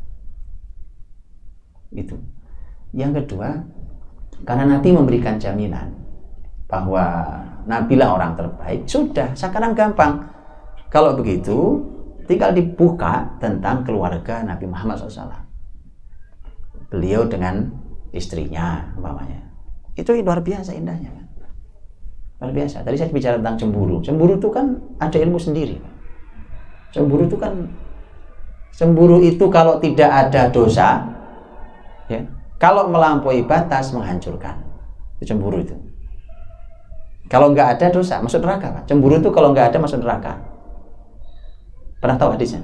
Itu. Yang kedua, karena Nabi memberikan jaminan bahwa Nabilah orang terbaik, sudah, sekarang gampang. Kalau begitu, tinggal dibuka tentang keluarga Nabi Muhammad shallallahu alaihi wasallam. Beliau dengan istrinya, umpamanya. Itu luar biasa indahnya. Luar biasa. Tadi saya bicara tentang cemburu. Cemburu itu kan ada ilmu sendiri. Cemburu itu kan, cemburu itu kalau tidak ada dosa, ya, kalau melampaui batas menghancurkan. Itu cemburu itu. Kalau nggak ada dosa, masuk neraka Pak. Cemburu itu kalau nggak ada masuk neraka. Pernah tahu hadisnya?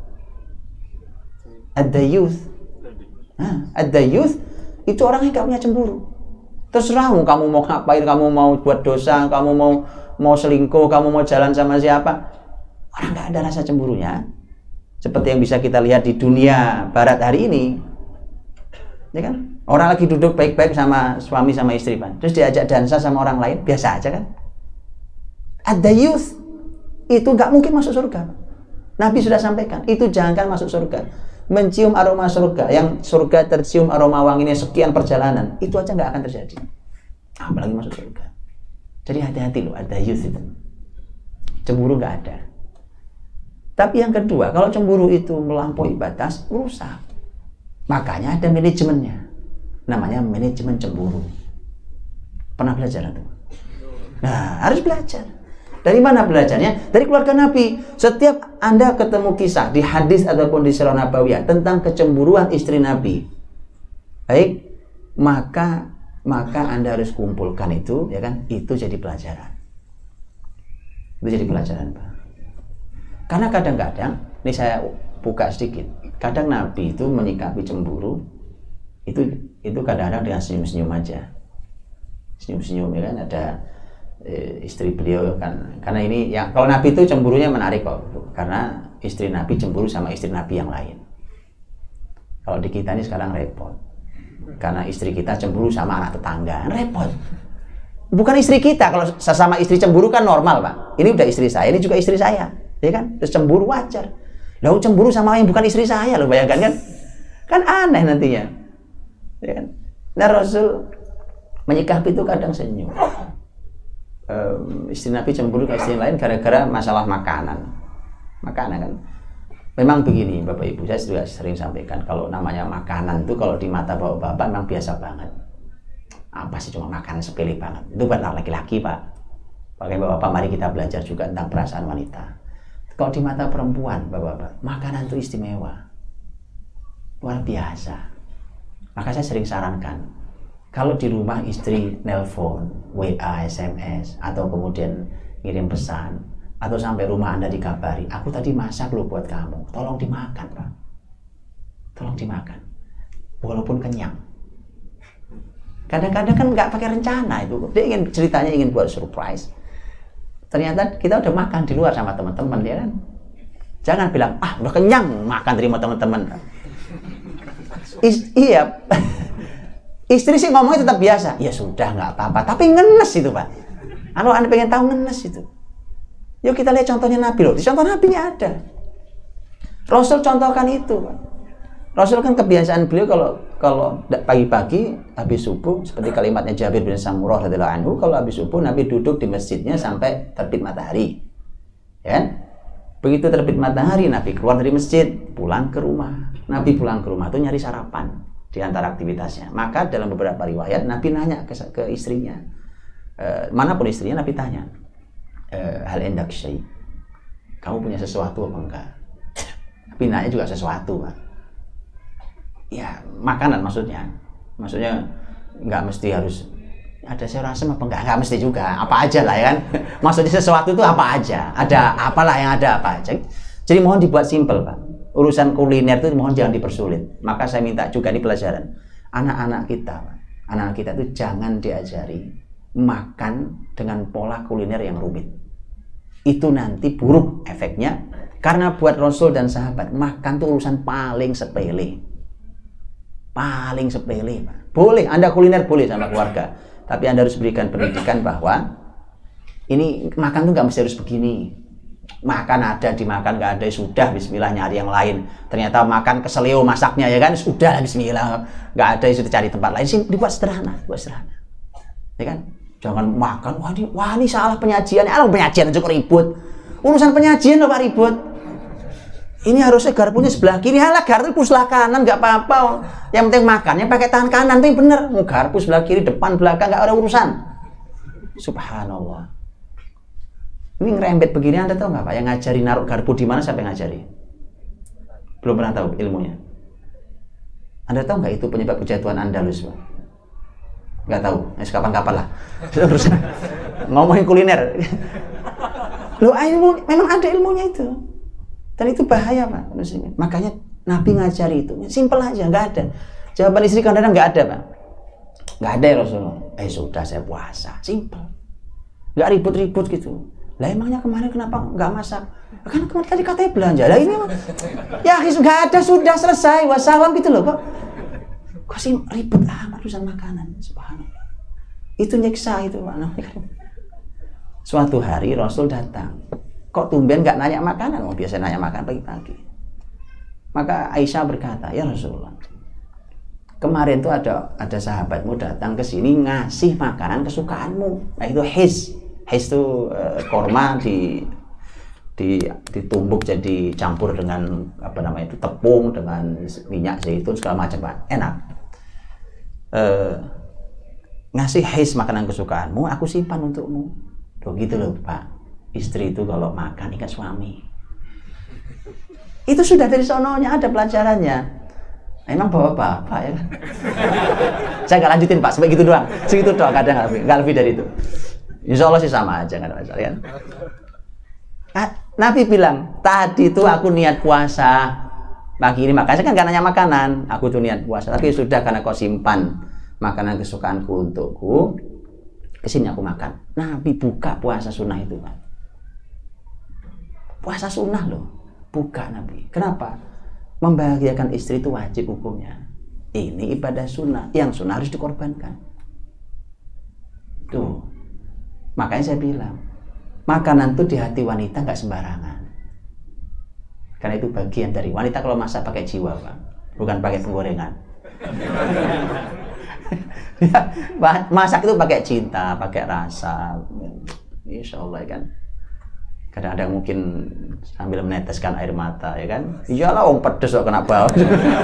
Ad-dayuth. Nah, ad-dayuth itu orang yang nggak punya cemburu. Terserah kamu mau ngapain, kamu mau buat dosa, kamu mau mau selingkuh, kamu mau jalan sama siapa. Orang nggak ada rasa cemburunya. Seperti yang bisa kita lihat di dunia barat hari ini. Ya kan? Orang lagi duduk baik-baik sama suami sama istri, Pak. Terus diajak dansa sama orang lain, biasa aja kan? Ad-dayuth itu nggak mungkin masuk surga. Nabi sudah sampaikan, itu jangan masuk surga. Mencium aroma surga, yang surga tercium aroma wanginya sekian perjalanan, itu aja nggak akan terjadi. Apalagi masuk surga. Jadi hati-hati loh, ada youth itu. Cemburu nggak ada. Tapi yang kedua, kalau cemburu itu melampaui batas, rusak. Makanya ada manajemennya. Namanya manajemen cemburu. Pernah belajar itu? Nah, harus belajar. Dari mana belajarnya? Dari keluarga Nabi. Setiap Anda ketemu kisah di hadis ataupun di sirah nabawiyah tentang kecemburuan istri Nabi, baik, maka maka Anda harus kumpulkan itu, ya kan? Itu jadi pelajaran. Itu jadi pelajaran, Pak. Karena kadang-kadang, ini saya buka sedikit. Kadang Nabi itu menyikapi cemburu, itu itu kadang-kadang dengan senyum-senyum aja. Senyum-senyum, ya kan? Ada istri beliau kan, karena ini yang kalau Nabi itu cemburunya menarik kok, karena istri Nabi cemburu sama istri Nabi yang lain. Kalau di kita ini sekarang repot, karena istri kita cemburu sama anak tetangga, repot. Bukan istri kita, kalau sesama istri cemburu kan normal Pak. Ini udah istri saya, ini juga istri saya, ya kan? Terus cemburu wajar. Lalu cemburu sama yang bukan istri saya, lo bayangkan kan? Kan aneh nantinya, ya kan? Nah Rasul menyikapi itu kadang senyum. Um, istri Nabi cemburu ke istri lain gara-gara masalah makanan, makanan kan. Memang begini Bapak Ibu, saya juga sering sampaikan kalau namanya makanan itu kalau di mata bapak-bapak memang biasa banget. Apa sih cuma makanan sepele banget. Itu buat laki-laki Pak. Pakai bapak-bapak mari kita belajar juga tentang perasaan wanita. Kalau di mata perempuan bapak-bapak, makanan itu istimewa. Luar biasa. Maka saya sering sarankan, kalau di rumah istri nelpon, W A, S M S, atau kemudian ngirim pesan, atau sampai rumah Anda dikabari, aku tadi masak loh buat kamu, tolong dimakan Pak, tolong dimakan, walaupun kenyang. Kadang-kadang kan nggak pakai rencana itu, dia ingin ceritanya ingin buat surprise, ternyata kita udah makan di luar sama teman-teman, ya kan? Jangan bilang, ah udah kenyang, makan terima teman-teman. Is, iya, istri sih ngomongnya tetap biasa, ya sudah nggak apa-apa, tapi ngenes itu Pak. Kalau Anda pengen tahu ngenes itu, yuk kita lihat contohnya Nabi loh. Di contoh Nabi-nya ada. Rasul contohkan itu. Rasul kan kebiasaan beliau kalau kalau pagi-pagi habis subuh, seperti kalimatnya Jabir bin Samurah radhiyallahu anhu, kalau habis subuh Nabi duduk di masjidnya sampai terbit matahari. Ya. Begitu terbit matahari Nabi keluar dari masjid, pulang ke rumah. Nabi pulang ke rumah itu nyari sarapan di antara aktivitasnya. Maka dalam beberapa riwayat Nabi nanya ke, ke istrinya. E, manapun istrinya Nabi tanya, Uh, hal endak syai, kamu punya sesuatu apa enggak? Tapi nanya juga sesuatu Pak. Ya makanan maksudnya, maksudnya nggak mesti harus ada sayur asem apa enggak, nggak mesti juga, apa aja lah ya kan. Maksudnya sesuatu itu apa aja, ada apalah yang ada apa aja. Jadi mohon dibuat simpel Pak. Urusan kuliner itu mohon jangan dipersulit. Maka saya minta juga di pelajaran anak-anak kita, Pak. Anak-anak kita itu jangan diajari makan dengan pola kuliner yang rumit. Itu nanti buruk efeknya, karena buat Rasul dan sahabat makan itu urusan paling sepele, paling sepele Pak. Boleh Anda kuliner boleh sama keluarga, tapi Anda harus berikan pendidikan bahwa ini makan tuh nggak mesti harus begini. Makan ada dimakan, nggak ada sudah Bismillah nyari yang lain. Ternyata makan keseleo masaknya ya kan, sudah Bismillah, nggak ada sudah cari tempat lain. Sih dibuat sederhana, buat sederhana, ya kan? Jangan makan, wah ini, wah ini salah penyajian. Ah, penyajian cukup ribut. Urusan penyajian loh Pak ribut. Ini harusnya garpunya sebelah kiri. Halah garpu sebelah kanan, nggak apa-apa. Yang penting makannya pakai tangan kanan itu yang bener. Mau garpu sebelah kiri, depan, belakang, nggak ada urusan. Subhanallah. Ini ngerembet begini, Anda tahu nggak Pak? Yang ngajari naruh garpu di mana, siapa yang ngajari? Belum pernah tahu ilmunya. Anda tahu nggak itu penyebab kejatuhan Andalus Pak? Nggak tahu, ya, kapan-kapan lah. Ngomongin kuliner. Loh, ilmu, memang ada ilmunya itu. Dan itu bahaya Pak. Makanya Nabi ngajari itu. Simpel aja, nggak ada. Jawaban istri kadang-kadang nggak ada Pak. Nggak ada ya Rasulullah. Eh sudah saya puasa. Simpel. Nggak ribut-ribut gitu. Lah emangnya kemarin kenapa nggak masak? Kan kemarin tadi katanya belanja. Lah ini ya nggak ada, sudah selesai. Wassalam gitu loh Pak. Kok sih ribet amat urusan makanan, subhanallah. Itu nyiksa itu Pak. Suatu hari Rasul datang. Kok tumben nggak nanya makanan? Oh biasa nanya makan pagi-pagi. Maka Aisyah berkata, ya Rasulullah, kemarin tuh ada ada sahabatmu datang ke sini ngasih makanan kesukaanmu. Nah itu his, his itu uh, korma di di ditumbuk jadi campur dengan apa namanya itu tepung dengan minyak zaitun segala macam Pak. Enak. Uh, ngasih his makanan kesukaanmu, aku simpan untukmu. Tuh gitu loh Pak. Istri itu kalau makan ingat suami. Itu sudah dari sononya ada pelajarannya. Emang bapak-bapak ya kan? Saya nggak lanjutin Pak, sampai gitu doang. Segitu doang, kadang nggak lebih, lebih dari itu. Insya Allah sih sama aja, nggak ada masalah kan? Nah, Nabi bilang, tadi itu aku niat puasa pagi ini, makanya kan nggak nanya makanan. Aku tuh niat puasa, tapi sudah karena kau simpan makanan kesukaanku untukku, kesini aku makan. Nabi buka puasa sunnah itu Pak. Puasa sunnah loh, buka Nabi. Kenapa? Membahagiakan istri itu wajib hukumnya. Ini ibadah sunnah, yang sunnah harus dikorbankan. Tuh, makanya saya bilang, makanan tuh di hati wanita nggak sembarangan. Karena itu bagian dari wanita kalau masak pakai jiwa Pak, bukan pakai penggorengan. Ya, masak itu pakai cinta, pakai rasa. Insya Allah kan. Kadang-kadang mungkin sambil meneteskan air mata, ya kan? Iyalah, wong pedes kok kena bau.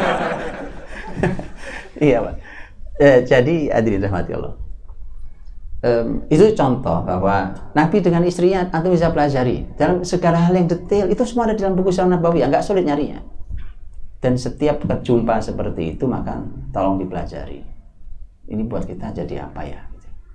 Iya, Pak. Eh, jadi hadirin rahmati Allah. Um, itu contoh bahwa Nabi dengan istrinya antum bisa pelajari dalam segala hal yang detail. Itu semua ada dalam buku Sirah Nabawi, nggak sulit nyarinya. Dan setiap jumpa seperti itu maka tolong dipelajari. Ini buat kita jadi apa ya?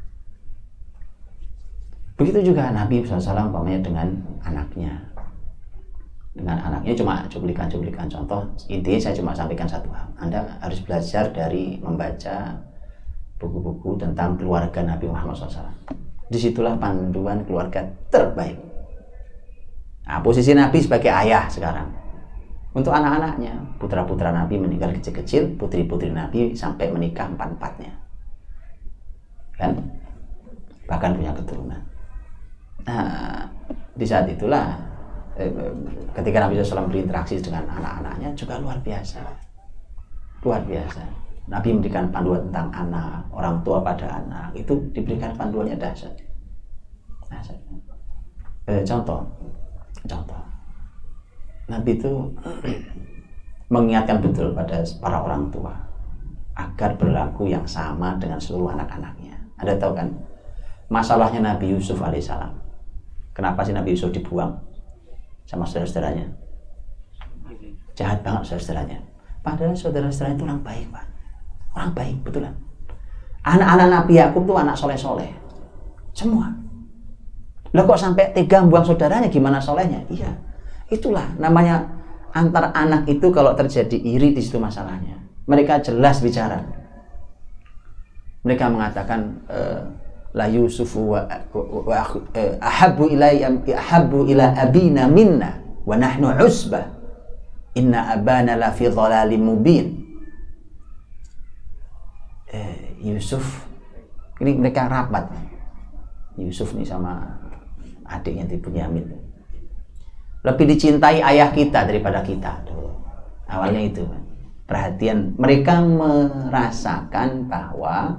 Begitu juga Nabi shallallahu alaihi wasallam umpamanya dengan anaknya. Dengan anaknya cuma cuplikan-cuplikan contoh. Intinya saya cuma sampaikan satu hal. Anda harus belajar dari membaca buku-buku tentang keluarga Nabi Muhammad shallallahu alaihi wasallam. Disitulah panduan keluarga terbaik. Nah, posisi Nabi sebagai ayah sekarang. Untuk anak-anaknya, putra-putra Nabi meninggal kecil-kecil, putri-putri Nabi sampai menikah empat-empatnya. Kan? Bahkan punya keturunan. Nah, di saat itulah eh, ketika Nabi shallallahu alaihi wasallam berinteraksi dengan anak-anaknya juga luar biasa. Luar biasa. Nabi memberikan panduan tentang anak, orang tua pada anak. Itu diberikan panduannya dahsyat. Dahsyat. Eh, contoh. Contoh. Nabi itu mengingatkan betul pada para orang tua agar berlaku yang sama dengan seluruh anak-anaknya. Anda tahu kan masalahnya Nabi Yusuf alaihissalam. Kenapa sih Nabi Yusuf dibuang sama saudara-saudaranya? Jahat banget saudara-saudaranya. Padahal saudara-saudaranya itu orang baik, Pak. Orang baik, betulan. Anak-anak Nabi Yakub itu anak soleh-soleh. Semua. Lah kok sampai tega buang saudaranya, gimana solehnya? Iya. Itulah namanya antar anak itu kalau terjadi iri di situ masalahnya. Mereka jelas bicara. Mereka mengatakan la Yusufu wa, wa uh, ahabbu ilayya ahabbu ila abina minna wa nahnu usbah inna abana la fi dhalalim mubin. eh, Yusuf ini mereka rapat. Yusuf nih sama adiknya di Bunyamin lebih dicintai ayah kita daripada kita. Tuh. Awalnya itu perhatian, mereka merasakan bahwa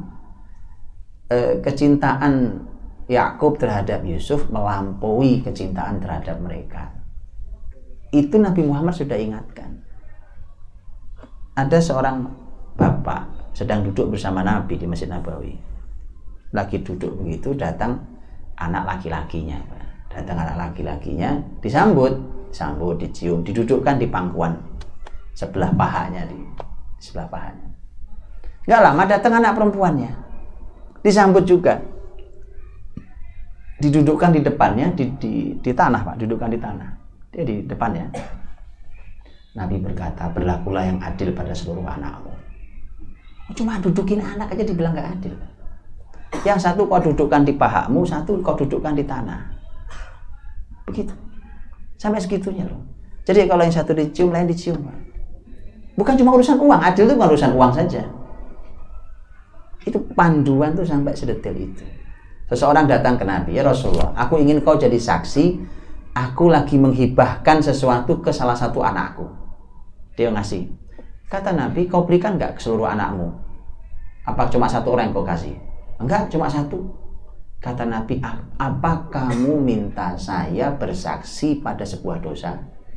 kecintaan Yakub terhadap Yusuf melampaui kecintaan terhadap mereka. Itu Nabi Muhammad sudah ingatkan. Ada seorang bapak sedang duduk bersama Nabi di Masjid Nabawi. Lagi duduk begitu datang anak laki-lakinya. Datang anak laki-lakinya disambut, disambut, dicium, didudukkan di pangkuan sebelah pahanya di, di sebelah pahanya. Enggak lama datang anak perempuannya. Disambut juga, didudukkan di depannya di, di, di tanah, Pak, dudukkan di tanah, dia di depannya. Nabi berkata, berlakulah yang adil pada seluruh anakmu. Cuma dudukin anak aja dibilang gak adil. Yang satu kau dudukkan di pahamu, satu kau dudukkan di tanah. Begitu, sampai segitunya loh. Jadi kalau yang satu dicium, lain dicium, Pak. Bukan cuma urusan uang, adil itu bukan urusan uang saja. Itu panduan tuh sampai sedetail itu. Seseorang datang ke Nabi, ya Rasulullah, aku ingin kau jadi saksi, aku lagi menghibahkan sesuatu ke salah satu anakku. Dia ngasih. Kata Nabi, kau berikan nggak ke seluruh anakmu? Apa cuma satu orang yang kau kasih? Enggak, cuma satu. Kata Nabi, apa kamu minta saya bersaksi pada sebuah dosa?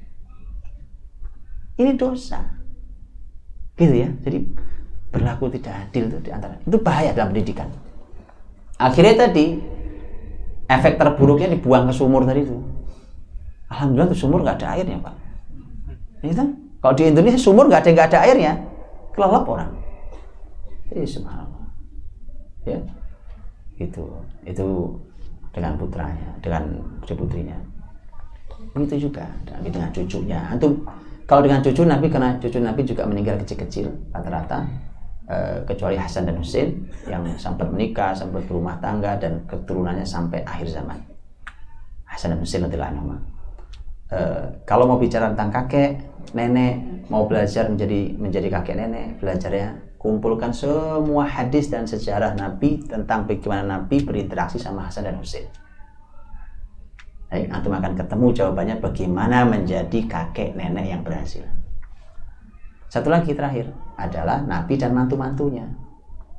Ini dosa. Gitu ya. Jadi berlaku tidak adil itu diantara itu bahaya dalam pendidikan. Akhirnya tadi efek terburuknya dibuang ke sumur tadi itu. Alhamdulillah tuh sumur nggak ada airnya, Pak. Itu kalau di Indonesia sumur nggak ada nggak ada airnya, kelelep orang. Ini subhanallah. Ya, itu itu dengan putranya, dengan putrinya. Begitu juga Nabi dengan cucunya. Antum kalau dengan cucu Nabi, karena cucu Nabi juga meninggal kecil-kecil rata-rata. Uh, kecuali Hasan dan Husain yang sempat menikah, sempat berumah tangga dan keturunannya sampai akhir zaman. Hasan dan Husain radhiyallahu anhum. Uh, kalau mau bicara tentang kakek, nenek, mau belajar menjadi menjadi kakek nenek, belajarnya kumpulkan semua hadis dan sejarah Nabi tentang bagaimana Nabi berinteraksi sama Hasan dan Husain. Baik, antum akan ketemu jawabannya bagaimana menjadi kakek nenek yang berhasil. Satu lagi terakhir adalah Nabi dan mantu-mantunya.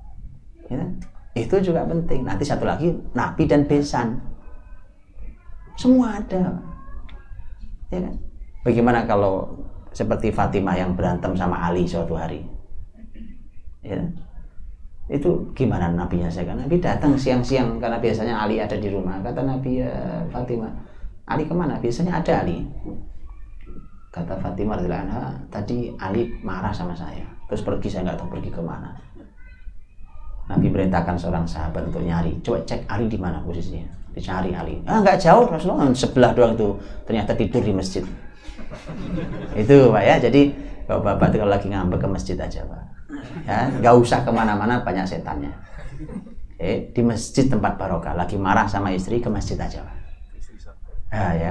Ya, itu juga penting. Nanti satu lagi Nabi dan besan. Semua ada. Ya kan? Bagaimana kalau seperti Fatimah yang berantem sama Ali suatu hari? Ya. Itu gimana nabinya saya kan? Nabi datang siang-siang karena biasanya Ali ada di rumah. Kata Nabi, ya Fatimah, Ali kemana? Biasanya ada Ali. Kata Fatimah radhiyallahu anha, tadi Ali marah sama saya, terus pergi, saya nggak tahu pergi kemana. Nabi perintahkan seorang sahabat untuk nyari, coba cek Ali di mana posisinya. Dicari Ali, ah nggak jauh, Rasulullah sebelah doang itu, ternyata tidur di masjid. Itu Pak ya, jadi bapak-bapak itu kalau lagi ngambek ke masjid aja Pak. Ya, nggak usah kemana-mana, banyak setannya. Eh, di masjid tempat barokah. Lagi marah sama istri, ke masjid aja Pak. Ah ya,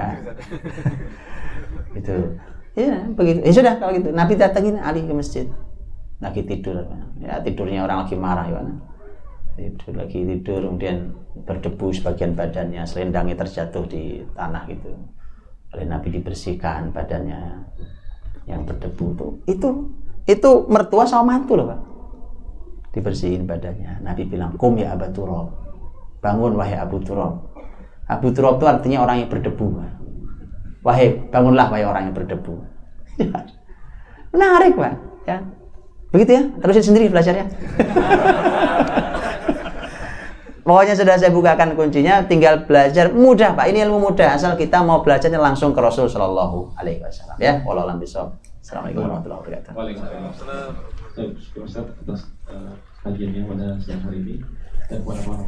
itu, ya begitu. Ya sudah kalau gitu. Nabi datangin Ali ke masjid, lagi tidur. Ya tidurnya orang lagi marah ya. Tidur lagi tidur, kemudian berdebu sebagian badannya, selendangnya terjatuh di tanah gitu. Oleh Nabi dibersihkan badannya yang berdebu itu. Itu itu mertua sama mantu loh Pak. Dibersihin badannya. Nabi bilang, "Kum ya Abu Turab." Bangun wahai Abu Turab. Abu Turab itu artinya orang yang berdebu. Pak. Wahai, bangunlah wahai orang yang berdebu. Menarik Pak. Ya. Begitu ya, terusin sendiri belajarnya. Pokoknya sudah saya bukakan kuncinya, tinggal belajar mudah Pak. Ini ilmu mudah, asal kita mau belajarnya langsung ke Rasul Shallallahu Alaihi Wasallam. Ya, wallahu a'lam bishawab. Assalamualaikum warahmatullahi wabarakatuh. Waalaikumsalam. Ustaz atas kajiannya pada siang hari ini dan